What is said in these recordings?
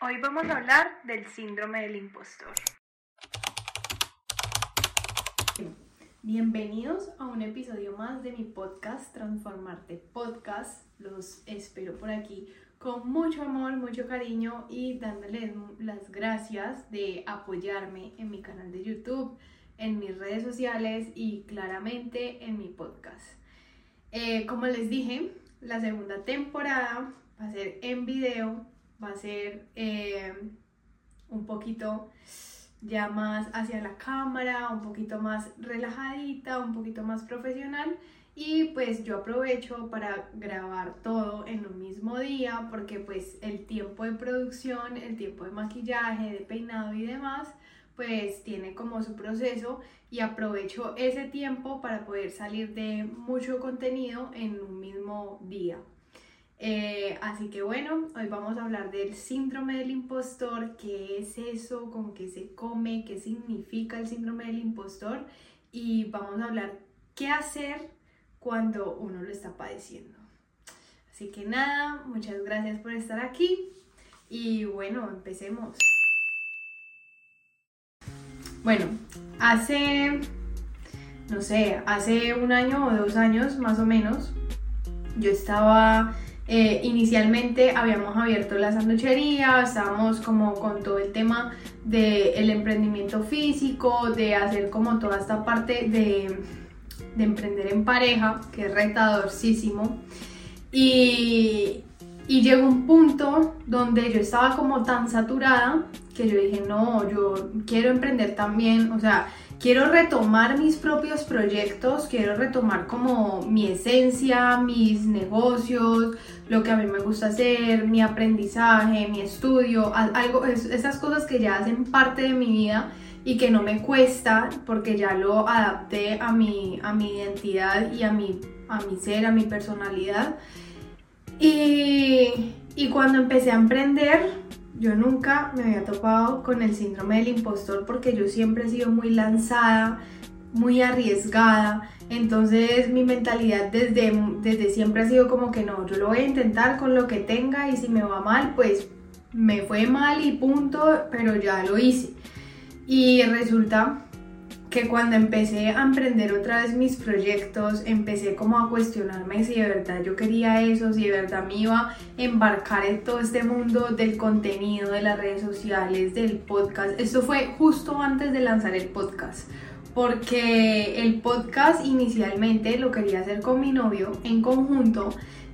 Hoy vamos a hablar del síndrome del impostor. Bienvenidos a un episodio más de mi podcast Transformarte Podcast. Los espero por aquí con mucho amor, mucho cariño y dándoles las gracias de apoyarme en mi canal de YouTube, en mis redes sociales y claramente en mi podcast. Como les dije, la segunda temporada va a ser en video, va a ser un poquito ya más hacia la cámara, un poquito más relajadita, un poquito más profesional, y pues yo aprovecho para grabar todo en un mismo día porque pues el tiempo de producción, el tiempo de maquillaje, de peinado y demás pues tiene como su proceso, y aprovecho ese tiempo para poder salir de mucho contenido en un mismo día. Así que bueno, hoy vamos a hablar del síndrome del impostor. ¿Qué es eso? ¿Con qué se come? ¿Qué significa el síndrome del impostor? Y vamos a hablar qué hacer cuando uno lo está padeciendo. Así que nada, muchas gracias por estar aquí y bueno, empecemos. Bueno, hace 1 año o 2 años más o menos, yo estaba... inicialmente habíamos abierto la sanduchería, estábamos como con todo el tema del emprendimiento físico, de hacer como toda esta parte de emprender en pareja, que es retadorcísimo, y llegó un punto donde yo estaba como tan saturada que yo dije, no, yo quiero emprender también, o sea, quiero retomar mis propios proyectos, quiero retomar como mi esencia, mis negocios, lo que a mí me gusta hacer, mi aprendizaje, mi estudio, esas cosas que ya hacen parte de mi vida y que no me cuesta porque ya lo adapté a mi identidad y a mi ser, a mi personalidad. Y cuando empecé a emprender, yo nunca me había topado con el síndrome del impostor porque yo siempre he sido muy lanzada, muy arriesgada. Entonces mi mentalidad desde siempre ha sido como que no, yo lo voy a intentar con lo que tenga y si me va mal, pues me fue mal y punto, pero ya lo hice. Y resulta que cuando empecé a emprender otra vez mis proyectos, empecé como a cuestionarme si de verdad yo quería eso, si de verdad me iba a embarcar en todo este mundo del contenido, de las redes sociales, del podcast. Esto fue justo antes de lanzar el podcast, porque el podcast inicialmente lo quería hacer con mi novio en conjunto,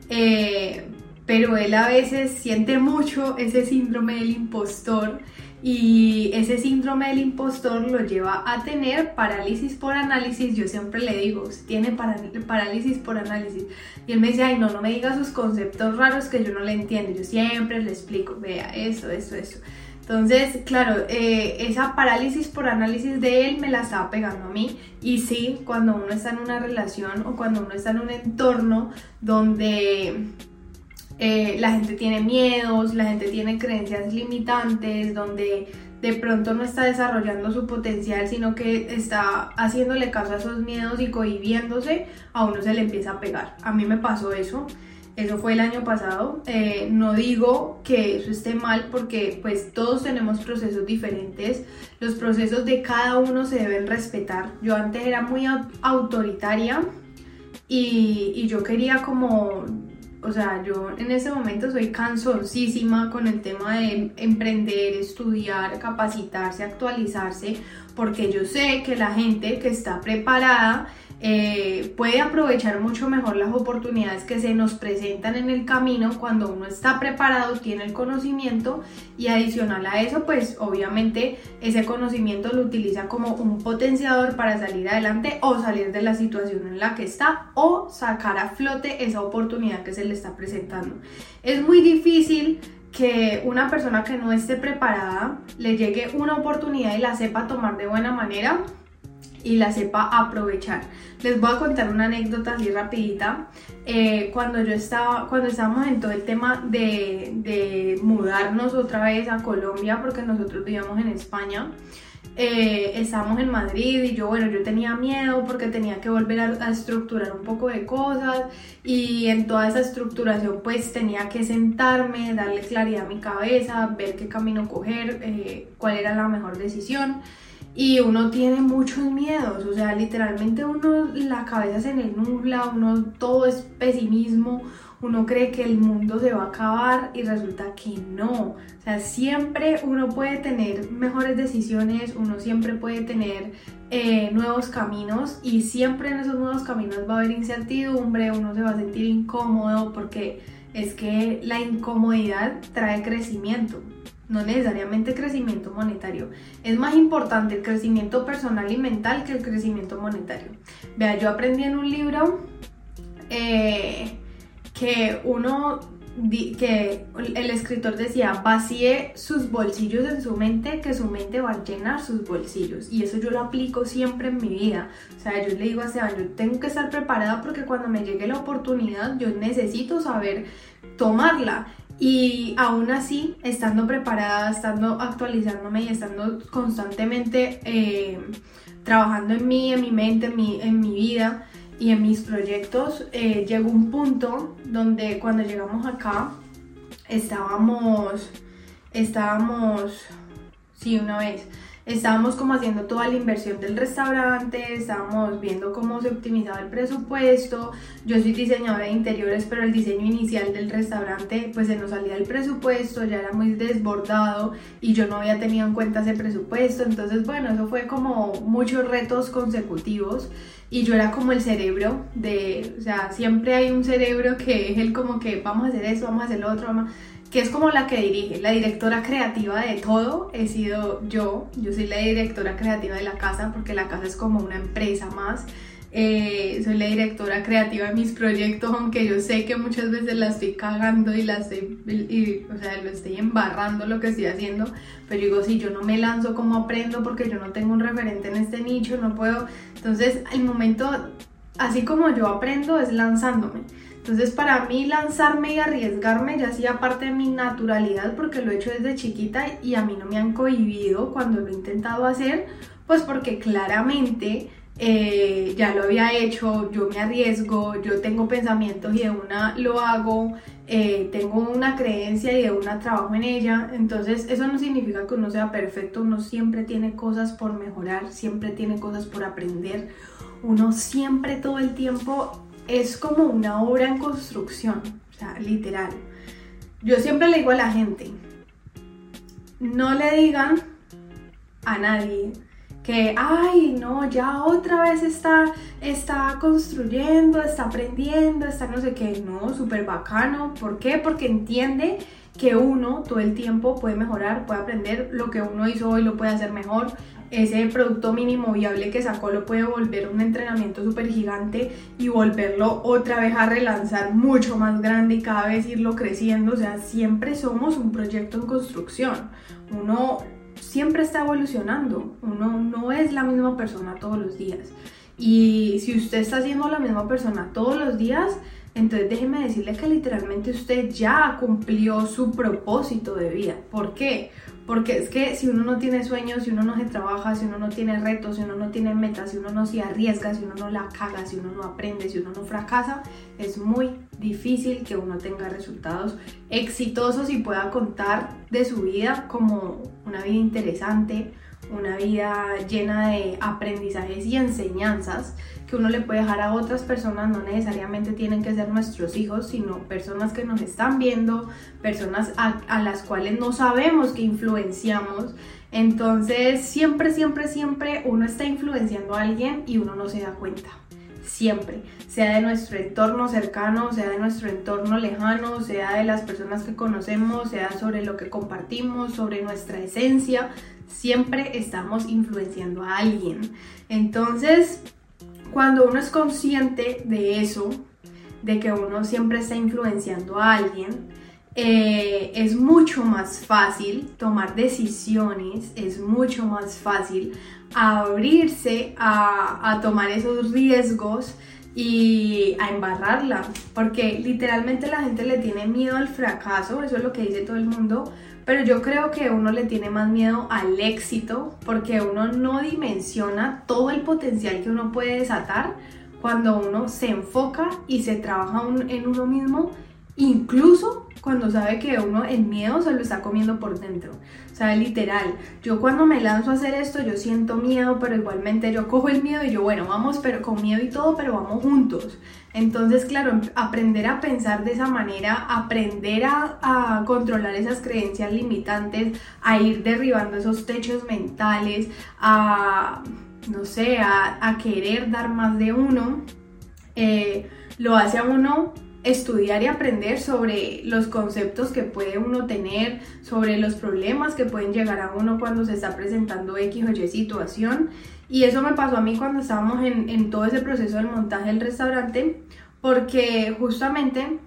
pero él a veces siente mucho ese síndrome del impostor. Y ese síndrome del impostor lo lleva a tener parálisis por análisis. Yo siempre le digo, tiene parálisis por análisis. Y él me dice, ay, no me diga sus conceptos raros que yo no le entiendo. Yo siempre le explico, vea, eso. Entonces, claro, esa parálisis por análisis de él me la estaba pegando a mí. Y sí, cuando uno está en una relación o cuando uno está en un entorno donde... la gente tiene miedos, la gente tiene creencias limitantes, donde de pronto no está desarrollando su potencial, sino que está haciéndole caso a esos miedos y cohibiéndose, a uno se le empieza a pegar. A mí me pasó eso fue el año pasado. No digo que eso esté mal porque pues todos tenemos procesos diferentes, los procesos de cada uno se deben respetar. Yo antes era muy autoritaria y yo quería como... O sea, yo en ese momento soy cansoncísima con el tema de emprender, estudiar, capacitarse, actualizarse, porque yo sé que la gente que está preparada puede aprovechar mucho mejor las oportunidades que se nos presentan en el camino cuando uno está preparado, tiene el conocimiento, y adicional a eso, pues obviamente ese conocimiento lo utiliza como un potenciador para salir adelante o salir de la situación en la que está o sacar a flote esa oportunidad que se le está presentando. Es muy difícil que una persona que no esté preparada le llegue una oportunidad y la sepa tomar de buena manera. y la sepa aprovechar. Les voy a contar una anécdota así rapidita. Cuando estábamos en todo el tema de mudarnos otra vez a Colombia, porque nosotros vivíamos en España, estábamos en Madrid y yo tenía miedo porque tenía que volver a estructurar un poco de cosas, y en toda esa estructuración pues tenía que sentarme, darle claridad a mi cabeza, ver qué camino coger, cuál era la mejor decisión. Y uno tiene muchos miedos, o sea, literalmente la cabeza se le nubla, todo es pesimismo, uno cree que el mundo se va a acabar y resulta que no. O sea, siempre uno puede tener mejores decisiones, uno siempre puede tener nuevos caminos, y siempre en esos nuevos caminos va a haber incertidumbre, uno se va a sentir incómodo, porque es que la incomodidad trae crecimiento. No necesariamente crecimiento monetario. Es más importante el crecimiento personal y mental que el crecimiento monetario. Vea, yo aprendí en un libro que el escritor decía: vacíe sus bolsillos en su mente, que su mente va a llenar sus bolsillos. Y eso yo lo aplico siempre en mi vida. O sea, yo le digo a Esteban, yo tengo que estar preparada porque cuando me llegue la oportunidad yo necesito saber tomarla. Y aún así, estando preparada, estando actualizándome y estando constantemente trabajando en mí, en mi mente, en mi vida y en mis proyectos, llegó un punto donde cuando llegamos acá estábamos como haciendo toda la inversión del restaurante, estábamos viendo cómo se optimizaba el presupuesto. Yo soy diseñadora de interiores, pero el diseño inicial del restaurante pues se nos salía del presupuesto, ya era muy desbordado y yo no había tenido en cuenta ese presupuesto. Entonces bueno, eso fue como muchos retos consecutivos, y yo era como el cerebro o sea, siempre hay un cerebro que es el como que vamos a hacer esto, vamos a hacer lo otro, que es como la que dirige, la directora creativa de todo. He sido yo soy la directora creativa de la casa, porque la casa es como una empresa más. Soy la directora creativa de mis proyectos, aunque yo sé que muchas veces la estoy cagando y o sea, lo estoy embarrando lo que estoy haciendo, pero digo, si yo no me lanzo, ¿cómo aprendo? Porque yo no tengo un referente en este nicho, no puedo. Entonces el momento, así como yo aprendo, es lanzándome. Entonces para mí lanzarme y arriesgarme ya hacía parte de mi naturalidad, porque lo he hecho desde chiquita y a mí no me han cohibido cuando lo he intentado hacer, pues porque claramente ya lo había hecho, yo me arriesgo, yo tengo pensamientos y de una lo hago, tengo una creencia y de una trabajo en ella. Entonces eso no significa que uno sea perfecto, uno siempre tiene cosas por mejorar, siempre tiene cosas por aprender, uno siempre todo el tiempo es como una obra en construcción, o sea, literal. Yo siempre le digo a la gente, no le digan a nadie que, ay, no, ya otra vez está construyendo, está aprendiendo, está no sé qué. No, súper bacano. ¿Por qué? Porque entiende que uno todo el tiempo puede mejorar, puede aprender. Lo que uno hizo hoy lo puede hacer mejor. Ese producto mínimo viable que sacó lo puede volver un entrenamiento súper gigante y volverlo otra vez a relanzar mucho más grande y cada vez irlo creciendo. O sea, siempre somos un proyecto en construcción. Uno siempre está evolucionando, uno no es la misma persona todos los días. Y si usted está siendo la misma persona todos los días, entonces déjeme decirle que literalmente usted ya cumplió su propósito de vida. ¿Por qué? Porque es que si uno no tiene sueños, si uno no se trabaja, si uno no tiene retos, si uno no tiene metas, si uno no se arriesga, si uno no la caga, si uno no aprende, si uno no fracasa, es muy difícil que uno tenga resultados exitosos y pueda contar de su vida como una vida interesante, una vida llena de aprendizajes y enseñanzas que uno le puede dejar a otras personas. No necesariamente tienen que ser nuestros hijos, sino personas que nos están viendo, personas a las cuales no sabemos que influenciamos. Entonces siempre uno está influenciando a alguien y uno no se da cuenta. Siempre, sea de nuestro entorno cercano, sea de nuestro entorno lejano, sea de las personas que conocemos, sea sobre lo que compartimos, sobre nuestra esencia, siempre estamos influenciando a alguien. Entonces, cuando uno es consciente de eso, de que uno siempre está influenciando a alguien, es mucho más fácil tomar decisiones, es mucho más fácil abrirse a tomar esos riesgos y a embarrarla, porque literalmente la gente le tiene miedo al fracaso, eso es lo que dice todo el mundo, pero yo creo que uno le tiene más miedo al éxito, porque uno no dimensiona todo el potencial que uno puede desatar cuando uno se enfoca y se trabaja en uno mismo, incluso cuando sabe que uno el miedo se lo está comiendo por dentro. O sea, literal, yo cuando me lanzo a hacer esto, yo siento miedo, pero igualmente yo cojo el miedo y yo, bueno, vamos, pero con miedo y todo, pero vamos juntos. Entonces, claro, aprender a pensar de esa manera, aprender a controlar esas creencias limitantes, a ir derribando esos techos mentales, no sé, a querer dar más de uno, lo hace a uno estudiar y aprender sobre los conceptos que puede uno tener, sobre los problemas que pueden llegar a uno cuando se está presentando X o Y situación. Y eso me pasó a mí cuando estábamos en todo ese proceso del montaje del restaurante, porque justamente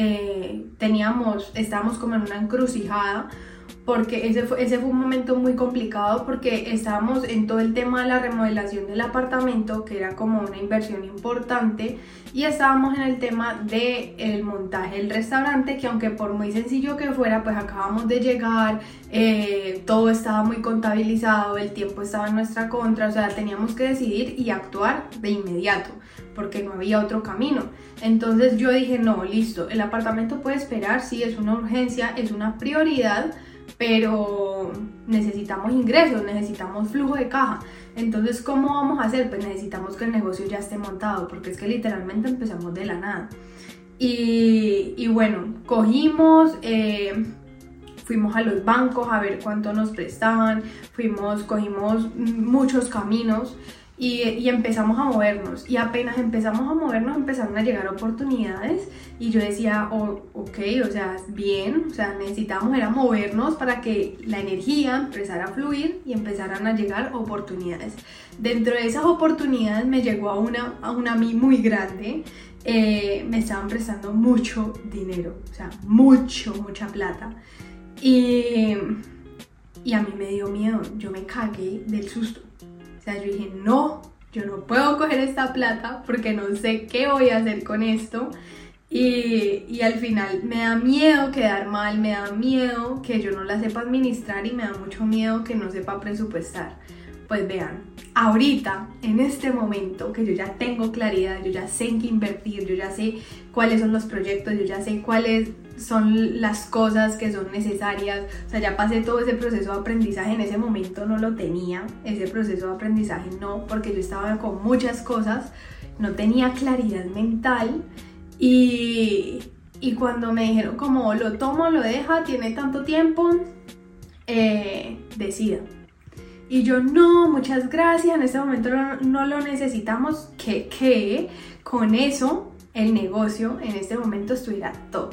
estábamos como en una encrucijada, porque ese fue un momento muy complicado, porque estábamos en todo el tema de la remodelación del apartamento, que era como una inversión importante, y estábamos en el tema del montaje del restaurante, que aunque por muy sencillo que fuera, pues acabamos de llegar, todo estaba muy contabilizado, el tiempo estaba en nuestra contra, o sea, teníamos que decidir y actuar de inmediato, porque no había otro camino. Entonces yo dije, no, listo, el apartamento puede esperar, sí, es una urgencia, es una prioridad, pero necesitamos ingresos, necesitamos flujo de caja. Entonces, ¿cómo vamos a hacer? Pues necesitamos que el negocio ya esté montado, porque es que literalmente empezamos de la nada. Y bueno, cogimos, fuimos a los bancos a ver cuánto nos prestaban, cogimos muchos caminos y empezamos a movernos. Y apenas empezamos a movernos, empezaron a llegar oportunidades y yo decía, ok, o sea, bien, o sea, necesitamos era movernos para que la energía empezara a fluir y empezaran a llegar oportunidades. Dentro de esas oportunidades me llegó a una a mí muy grande. Me estaban prestando mucho dinero, o sea, mucha plata. Y a mí me dio miedo, yo me cagué del susto. O sea, yo dije, no, yo no puedo coger esta plata porque no sé qué voy a hacer con esto. Y al final me da miedo quedar mal, me da miedo que yo no la sepa administrar y me da mucho miedo que no sepa presupuestar. Pues vean, ahorita, en este momento que yo ya tengo claridad, yo ya sé en qué invertir, yo ya sé cuáles son los proyectos, yo ya sé cuáles son las cosas que son necesarias, o sea, ya pasé todo ese proceso de aprendizaje. En ese momento no lo tenía, ese proceso de aprendizaje no, porque yo estaba con muchas cosas, no tenía claridad mental y cuando me dijeron como lo tomo, lo deja, tiene tanto tiempo, decida. Y yo, no, muchas gracias, en este momento no lo necesitamos, que con eso el negocio en este momento estuviera top.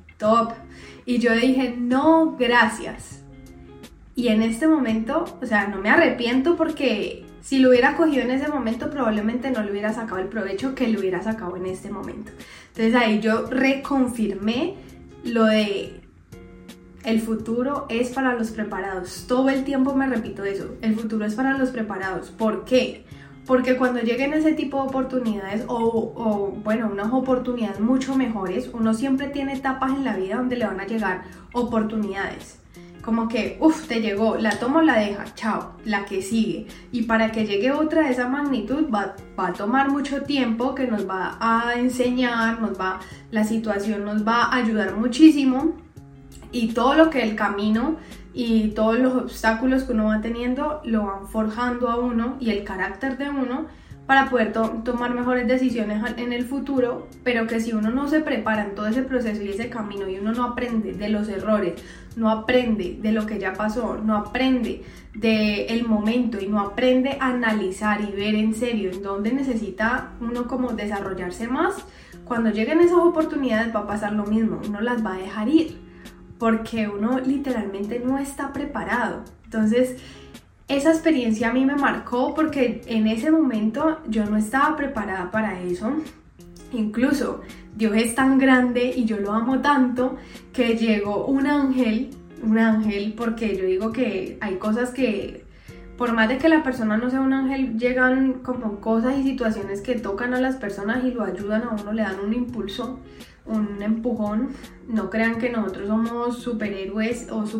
Y yo dije, no, gracias. Y en este momento, o sea, no me arrepiento, porque si lo hubiera cogido en ese momento, probablemente no le hubiera sacado el provecho que le hubiera sacado en este momento. Entonces ahí yo reconfirmé lo de el futuro es para los preparados. Todo el tiempo me repito eso, el futuro es para los preparados. ¿Por qué? Porque cuando lleguen ese tipo de oportunidades bueno, unas oportunidades mucho mejores, uno siempre tiene etapas en la vida donde le van a llegar oportunidades. Como que, te llegó, la tomo, la deja, chao, la que sigue. Y para que llegue otra de esa magnitud va a tomar mucho tiempo, que nos va a enseñar, la situación nos va a ayudar muchísimo. Y todo lo que el camino y todos los obstáculos que uno va teniendo lo van forjando a uno y el carácter de uno para poder tomar mejores decisiones en el futuro, pero que si uno no se prepara en todo ese proceso y ese camino y uno no aprende de los errores, no aprende de lo que ya pasó, no aprende del momento y no aprende a analizar y ver en serio en dónde necesita uno como desarrollarse más, cuando lleguen esas oportunidades va a pasar lo mismo, uno las va a dejar ir, porque uno literalmente no está preparado. Entonces, esa experiencia a mí me marcó porque en ese momento yo no estaba preparada para eso. Incluso Dios es tan grande y yo lo amo tanto que llegó un ángel, porque yo digo que hay cosas que por más de que la persona no sea un ángel, llegan como cosas y situaciones que tocan a las personas y lo ayudan a uno, le dan un impulso, un empujón. No crean que nosotros somos superhéroes o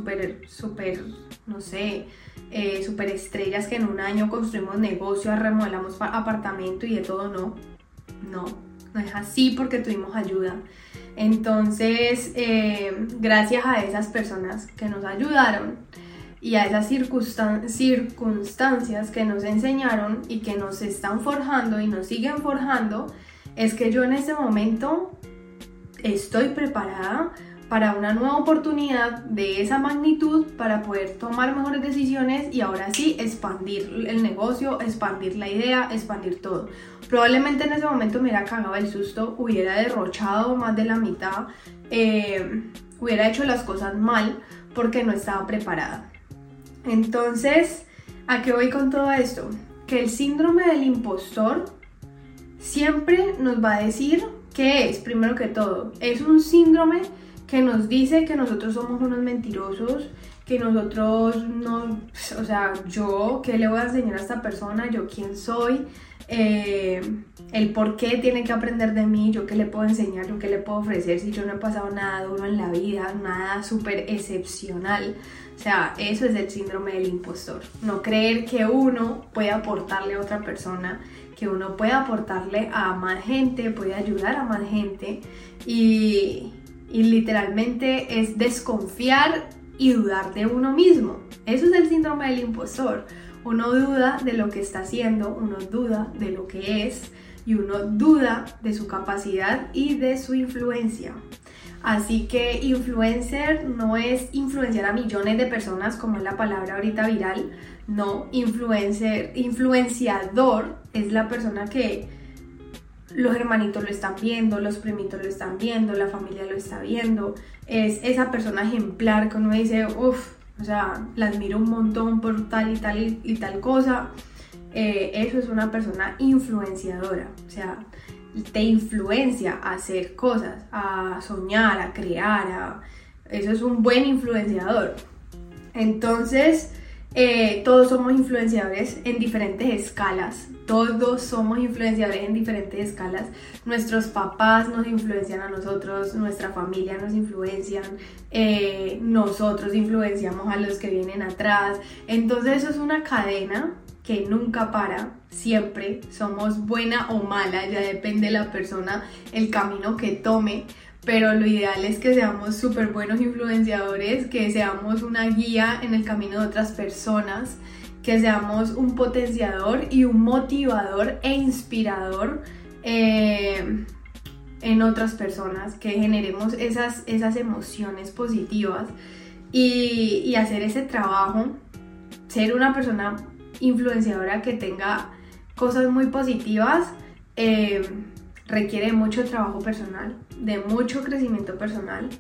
no sé, superestrellas que en un año construimos negocio, remodelamos apartamento y de todo. No es así, porque tuvimos ayuda. Entonces, gracias a esas personas que nos ayudaron y a esas circunstancias que nos enseñaron y que nos están forjando y nos siguen forjando, es que yo en este momento estoy preparada para una nueva oportunidad de esa magnitud, para poder tomar mejores decisiones y ahora sí expandir el negocio, expandir la idea, expandir todo. Probablemente en ese momento me hubiera cagado el susto, hubiera derrochado más de la mitad, hubiera hecho las cosas mal porque no estaba preparada. Entonces, ¿a qué voy con todo esto? Que el síndrome del impostor siempre nos va a decir qué es, primero que todo. Es un síndrome que nos dice que nosotros somos unos mentirosos, que nosotros no, o sea, yo, ¿qué le voy a enseñar a esta persona? ¿Yo quién soy? El por qué tiene que aprender de mí, yo qué le puedo enseñar, yo qué le puedo ofrecer si yo no he pasado nada duro en la vida, nada súper excepcional. O sea, eso es el síndrome del impostor. No creer que uno puede aportarle a otra persona, que uno puede aportarle a más gente, puede ayudar a más gente y literalmente es desconfiar y dudar de uno mismo. Eso es el síndrome del impostor. Uno duda de lo que está haciendo, uno duda de lo que es y uno duda de su capacidad y de su influencia. Así que influencer no es influenciar a millones de personas como es la palabra ahorita viral. No, influenciador es la persona que los hermanitos lo están viendo, los primitos lo están viendo, la familia lo está viendo. Es esa persona ejemplar que uno dice, uff, o sea, la admiro un montón por tal y tal cosa. Eso es una persona influenciadora. O sea, te influencia a hacer cosas, a soñar, a crear. Eso es un buen influenciador. Entonces, todos somos influenciadores en diferentes escalas. Todos somos influenciadores en diferentes escalas. Nuestros papás nos influencian a nosotros, nuestra familia nos influencian, nosotros influenciamos a los que vienen atrás. Entonces eso es una cadena que nunca para. Siempre somos buena o mala, ya depende de la persona, el camino que tome. Pero lo ideal es que seamos súper buenos influenciadores, que seamos una guía en el camino de otras personas, que seamos un potenciador y un motivador e inspirador en otras personas, que generemos esas emociones positivas y hacer ese trabajo, ser una persona influenciadora que tenga cosas muy positivas. Requiere mucho trabajo personal, de mucho crecimiento personal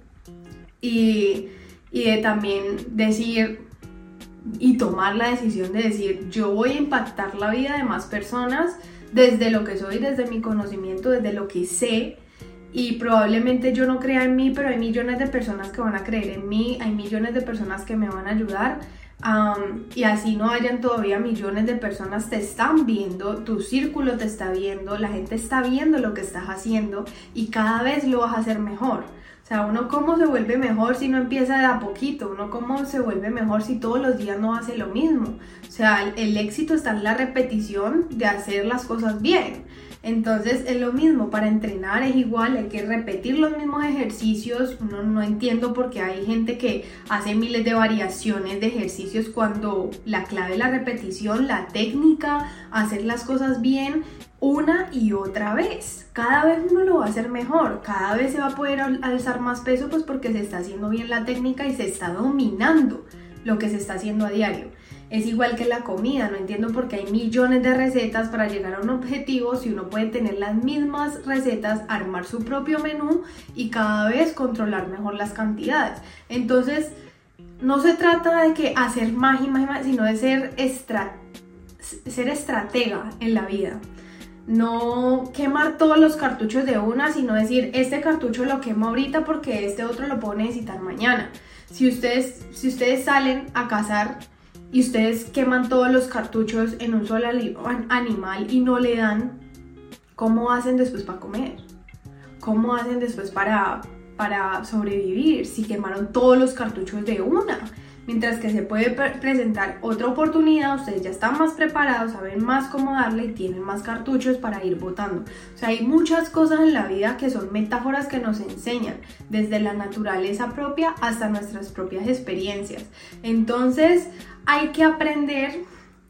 y de también decir y tomar la decisión de decir, yo voy a impactar la vida de más personas desde lo que soy, desde mi conocimiento, desde lo que sé. Y probablemente yo no crea en mí, pero hay millones de personas que van a creer en mí, hay millones de personas que me van a ayudar. Y así no hayan todavía millones de personas, te están viendo, tu círculo te está viendo, la gente está viendo lo que estás haciendo y cada vez lo vas a hacer mejor. O sea, uno cómo se vuelve mejor si no empieza de a poquito, uno cómo se vuelve mejor si todos los días no hace lo mismo. O sea, el éxito está en la repetición de hacer las cosas bien. Entonces es lo mismo, para entrenar es igual, hay que repetir los mismos ejercicios. No entiendo por qué hay gente que hace miles de variaciones de ejercicios cuando la clave es la repetición, la técnica, hacer las cosas bien una y otra vez. Cada vez uno lo va a hacer mejor, cada vez se va a poder alzar más peso, pues porque se está haciendo bien la técnica y se está dominando lo que se está haciendo a diario. Es igual que la comida, no entiendo por qué hay millones de recetas para llegar a un objetivo si uno puede tener las mismas recetas, armar su propio menú y cada vez controlar mejor las cantidades. Entonces, no se trata de que hacer más y más y más, sino de ser estratega en la vida. no quemar todos los cartuchos de una, sino decir, este cartucho lo quemo ahorita porque este otro lo puedo necesitar mañana. Si ustedes salen a cazar y ustedes queman todos los cartuchos en un solo animal y no le dan, ¿cómo hacen después para comer? ¿Cómo hacen después para sobrevivir si quemaron todos los cartuchos de una? Mientras que se puede presentar otra oportunidad, ustedes ya están más preparados, saben más cómo darle y tienen más cartuchos para ir botando. O sea, hay muchas cosas en la vida que son metáforas que nos enseñan, desde la naturaleza propia hasta nuestras propias experiencias. Entonces, hay que aprender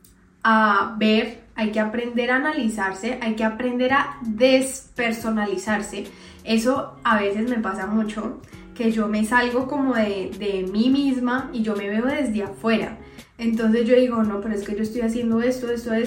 a ver, hay que aprender a analizarse, hay que aprender a despersonalizarse. Eso a veces me pasa mucho, que yo me salgo como de mí misma y yo me veo desde afuera. Entonces yo digo, no, pero es que yo estoy haciendo esto.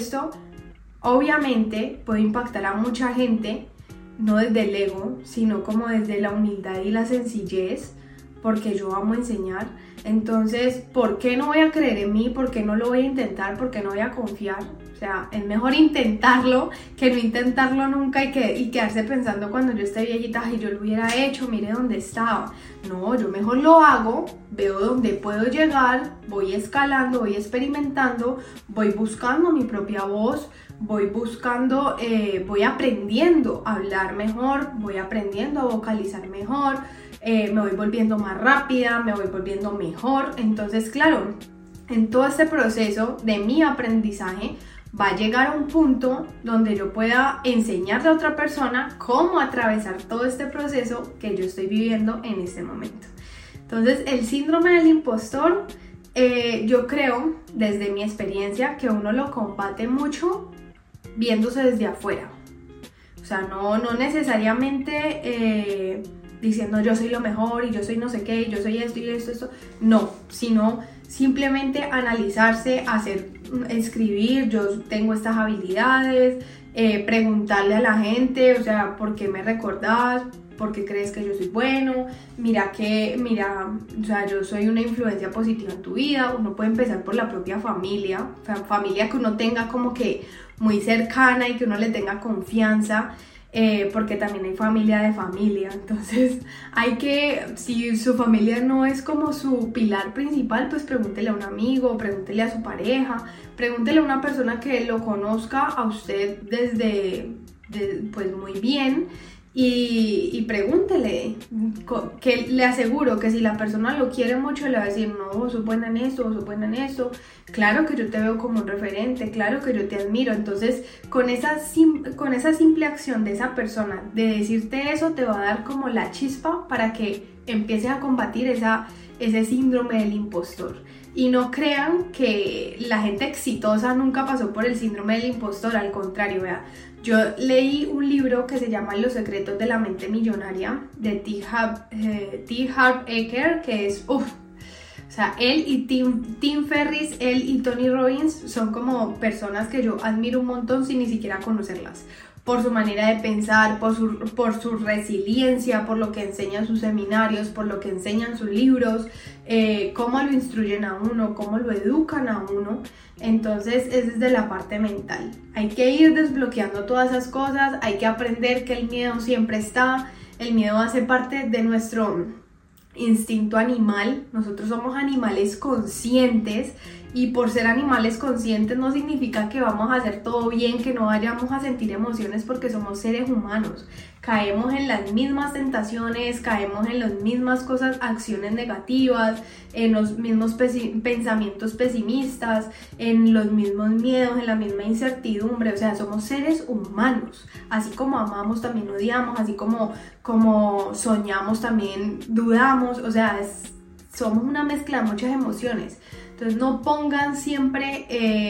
Obviamente puedo impactar a mucha gente, no desde el ego, sino como desde la humildad y la sencillez, porque yo amo enseñar. Entonces, ¿por qué no voy a creer en mí? ¿Por qué no lo voy a intentar? ¿Por qué no voy a confiar? O sea, es mejor intentarlo que no intentarlo nunca y quedarse pensando cuando yo esté viejita, ay, yo lo hubiera hecho, mire dónde estaba. No, yo mejor lo hago, veo dónde puedo llegar, voy escalando, voy experimentando, voy buscando mi propia voz, voy buscando, voy aprendiendo a hablar mejor, voy aprendiendo a vocalizar mejor, me voy volviendo más rápida, me voy volviendo mejor. Entonces, claro, en todo este proceso de mi aprendizaje va a llegar a un punto donde yo pueda enseñarle a otra persona cómo atravesar todo este proceso que yo estoy viviendo en este momento. Entonces, el síndrome del impostor, yo creo, desde mi experiencia, que uno lo combate mucho viéndose desde afuera. O sea, no necesariamente diciendo yo soy lo mejor y yo soy no sé qué, y yo soy esto y esto. No, sino simplemente analizarse, escribir, yo tengo estas habilidades, preguntarle a la gente, o sea, ¿por qué me recordás? ¿Por qué crees que yo soy bueno? Mira, o sea, yo soy una influencia positiva en tu vida. Uno puede empezar por la propia familia, o sea, familia que uno tenga como que muy cercana y que uno le tenga confianza. Porque también hay familia de familia, entonces si su familia no es como su pilar principal, pues pregúntele a un amigo, pregúntele a su pareja, pregúntele a una persona que lo conozca a usted pues muy bien, y pregúntele, que le aseguro que si la persona lo quiere mucho le va a decir, no, vos sos buena en esto, vos sos buena en esto, claro que yo te veo como un referente, claro que yo te admiro. Entonces con esa simple acción de esa persona de decirte eso, te va a dar como la chispa para que empieces a combatir ese síndrome del impostor. Y no crean que la gente exitosa nunca pasó por el síndrome del impostor, al contrario, vea. Yo leí un libro que se llama Los secretos de la mente millonaria de T. Harv Eker, que es, o sea, él y Tim Ferriss, él y Tony Robbins son como personas que yo admiro un montón sin ni siquiera conocerlas. Por su manera de pensar, por su resiliencia, por lo que enseñan sus seminarios, por lo que enseñan sus libros, cómo lo instruyen a uno, cómo lo educan a uno. Entonces es desde la parte mental. Hay que ir desbloqueando todas esas cosas, hay que aprender que el miedo siempre está, el miedo hace parte de nuestro instinto animal. Nosotros somos animales conscientes, y por ser animales conscientes no significa que vamos a hacer todo bien, que no vayamos a sentir emociones, porque somos seres humanos. Caemos en las mismas tentaciones, caemos en las mismas cosas, acciones negativas, en los mismos pensamientos pesimistas, en los mismos miedos, en la misma incertidumbre. O sea, somos seres humanos. Así como amamos, también odiamos, así como soñamos, también dudamos. O sea, somos una mezcla de muchas emociones. Entonces no pongan siempre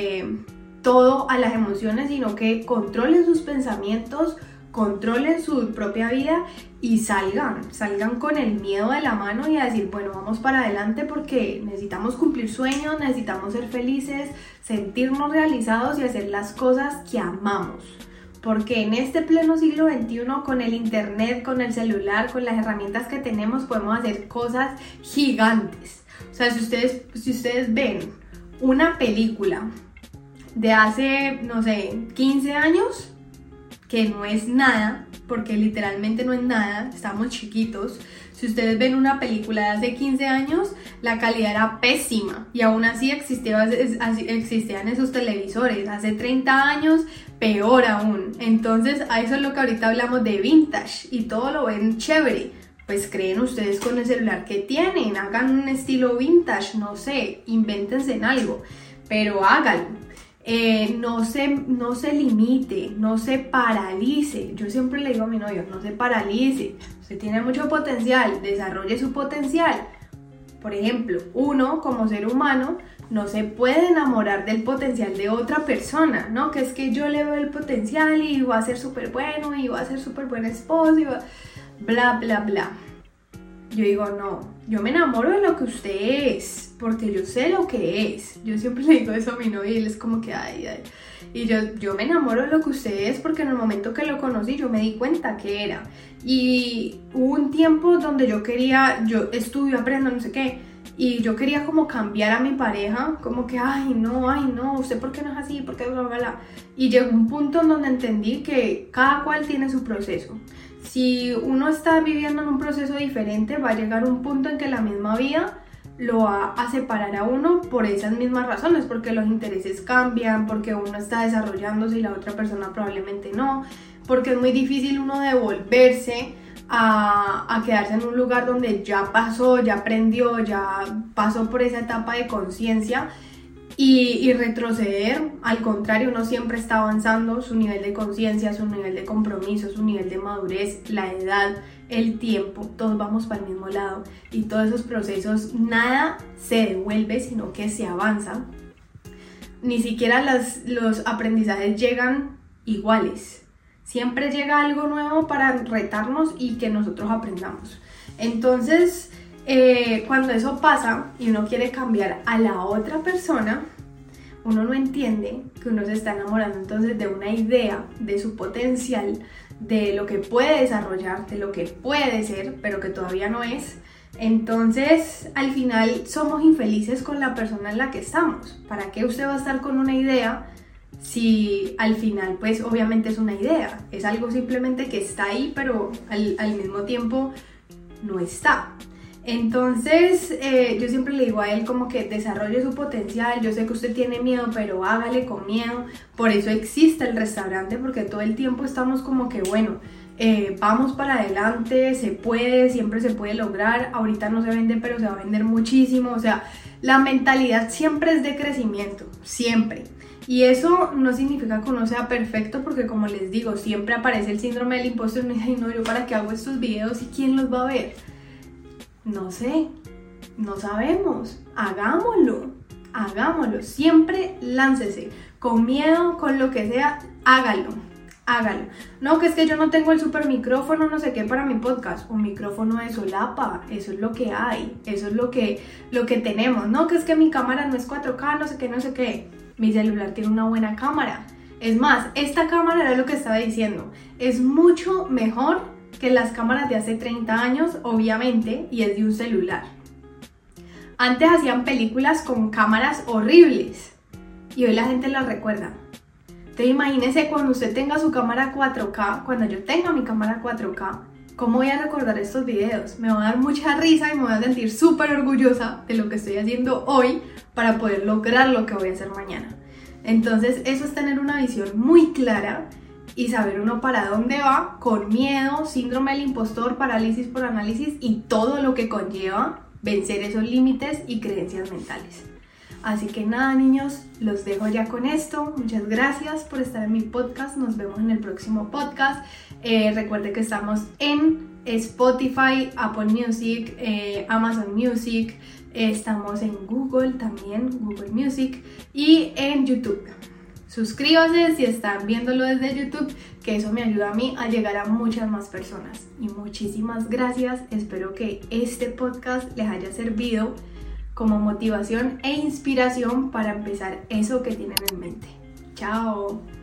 todo a las emociones, sino que controlen sus pensamientos, controlen su propia vida y salgan con el miedo de la mano y a decir, bueno, vamos para adelante, porque necesitamos cumplir sueños, necesitamos ser felices, sentirnos realizados y hacer las cosas que amamos. Porque en este pleno siglo XXI, con el internet, con el celular, con las herramientas que tenemos, podemos hacer cosas gigantes. O sea, si ustedes ven una película de hace, no sé, 15 años, que no es nada, porque literalmente no es nada, estamos chiquitos. Si ustedes ven una película de hace 15 años, la calidad era pésima y aún así existían esos televisores. Hace 30 años, peor aún. Entonces, a eso es lo que ahorita hablamos de vintage y todo lo ven chévere. Pues creen ustedes con el celular que tienen, hagan un estilo vintage, no sé, invéntense en algo, pero háganlo. No se limite, no se paralice. Yo siempre le digo a mi novio, no se paralice. Usted tiene mucho potencial, desarrolle su potencial. Por ejemplo, uno como ser humano no se puede enamorar del potencial de otra persona, ¿no? Que es que yo le veo el potencial y va a ser súper bueno y va a ser súper buen esposo y bla, bla, bla. Yo digo, no, yo me enamoro de lo que usted es, porque yo sé lo que es. Yo siempre le digo eso a mi novio y él es como que, ay. Y yo me enamoro de lo que usted es porque en el momento que lo conocí yo me di cuenta que era. Y hubo un tiempo donde yo estudio, aprendo, no sé qué, y yo quería como cambiar a mi pareja, como que, ay no, usted por qué no es así, por qué bla, bla, bla. Y llegó un punto en donde entendí que cada cual tiene su proceso. Si uno está viviendo en un proceso diferente, va a llegar un punto en que la misma vida lo va a separar a uno por esas mismas razones, porque los intereses cambian, porque uno está desarrollándose y la otra persona probablemente no, porque es muy difícil uno devolverse a quedarse en un lugar donde ya pasó, ya aprendió, ya pasó por esa etapa de conciencia. Y retroceder, al contrario, uno siempre está avanzando, su nivel de conciencia, su nivel de compromiso, su nivel de madurez, la edad, el tiempo, todos vamos para el mismo lado y todos esos procesos, nada se devuelve, sino que se avanza. Ni siquiera los aprendizajes llegan iguales, siempre llega algo nuevo para retarnos y que nosotros aprendamos. Entonces, cuando eso pasa y uno quiere cambiar a la otra persona, uno no entiende que uno se está enamorando entonces de una idea, de su potencial, de lo que puede desarrollar, de lo que puede ser, pero que todavía no es. Entonces, al final somos infelices con la persona en la que estamos. ¿Para qué usted va a estar con una idea si al final, pues obviamente es una idea? Es algo simplemente que está ahí, pero al mismo tiempo no está. Entonces yo siempre le digo a él como que desarrolle su potencial. Yo sé que usted tiene miedo, pero hágale con miedo. Por eso existe el restaurante, porque todo el tiempo estamos como que bueno, vamos para adelante, se puede, siempre se puede lograr. Ahorita no se vende, pero se va a vender muchísimo. O sea, la mentalidad siempre es de crecimiento, siempre. Y eso no significa que uno sea perfecto, porque como les digo, siempre aparece el síndrome del impostor. Y uno dice, ay no, ¿yo para qué hago estos videos y quién los va a ver? No sé, no sabemos, hagámoslo, siempre láncese, con miedo, con lo que sea, hágalo. No, que es que yo no tengo el super micrófono, no sé qué, para mi podcast. Un micrófono de solapa, eso es lo que hay, eso es lo que tenemos. No, que es que mi cámara no es 4K, no sé qué. Mi celular tiene una buena cámara. Es más, esta cámara era lo que estaba diciendo, es mucho mejor que las cámaras de hace 30 años, obviamente, y es de un celular. Antes hacían películas con cámaras horribles y hoy la gente las recuerda. Entonces imagínese cuando usted tenga su cámara 4K, cuando yo tenga mi cámara 4K, ¿cómo voy a recordar estos videos? Me va a dar mucha risa y me voy a sentir súper orgullosa de lo que estoy haciendo hoy para poder lograr lo que voy a hacer mañana. Entonces eso es tener una visión muy clara y saber uno para dónde va, con miedo, síndrome del impostor, parálisis por análisis y todo lo que conlleva vencer esos límites y creencias mentales. Así que nada, niños, los dejo ya con esto. Muchas gracias por estar en mi podcast. Nos vemos en el próximo podcast. Recuerde que estamos en Spotify, Apple Music, Amazon Music. Estamos en Google también, Google Music, y en YouTube. Suscríbanse si están viéndolo desde YouTube, que eso me ayuda a mí a llegar a muchas más personas. Y muchísimas gracias. Espero que este podcast les haya servido como motivación e inspiración para empezar eso que tienen en mente. Chao.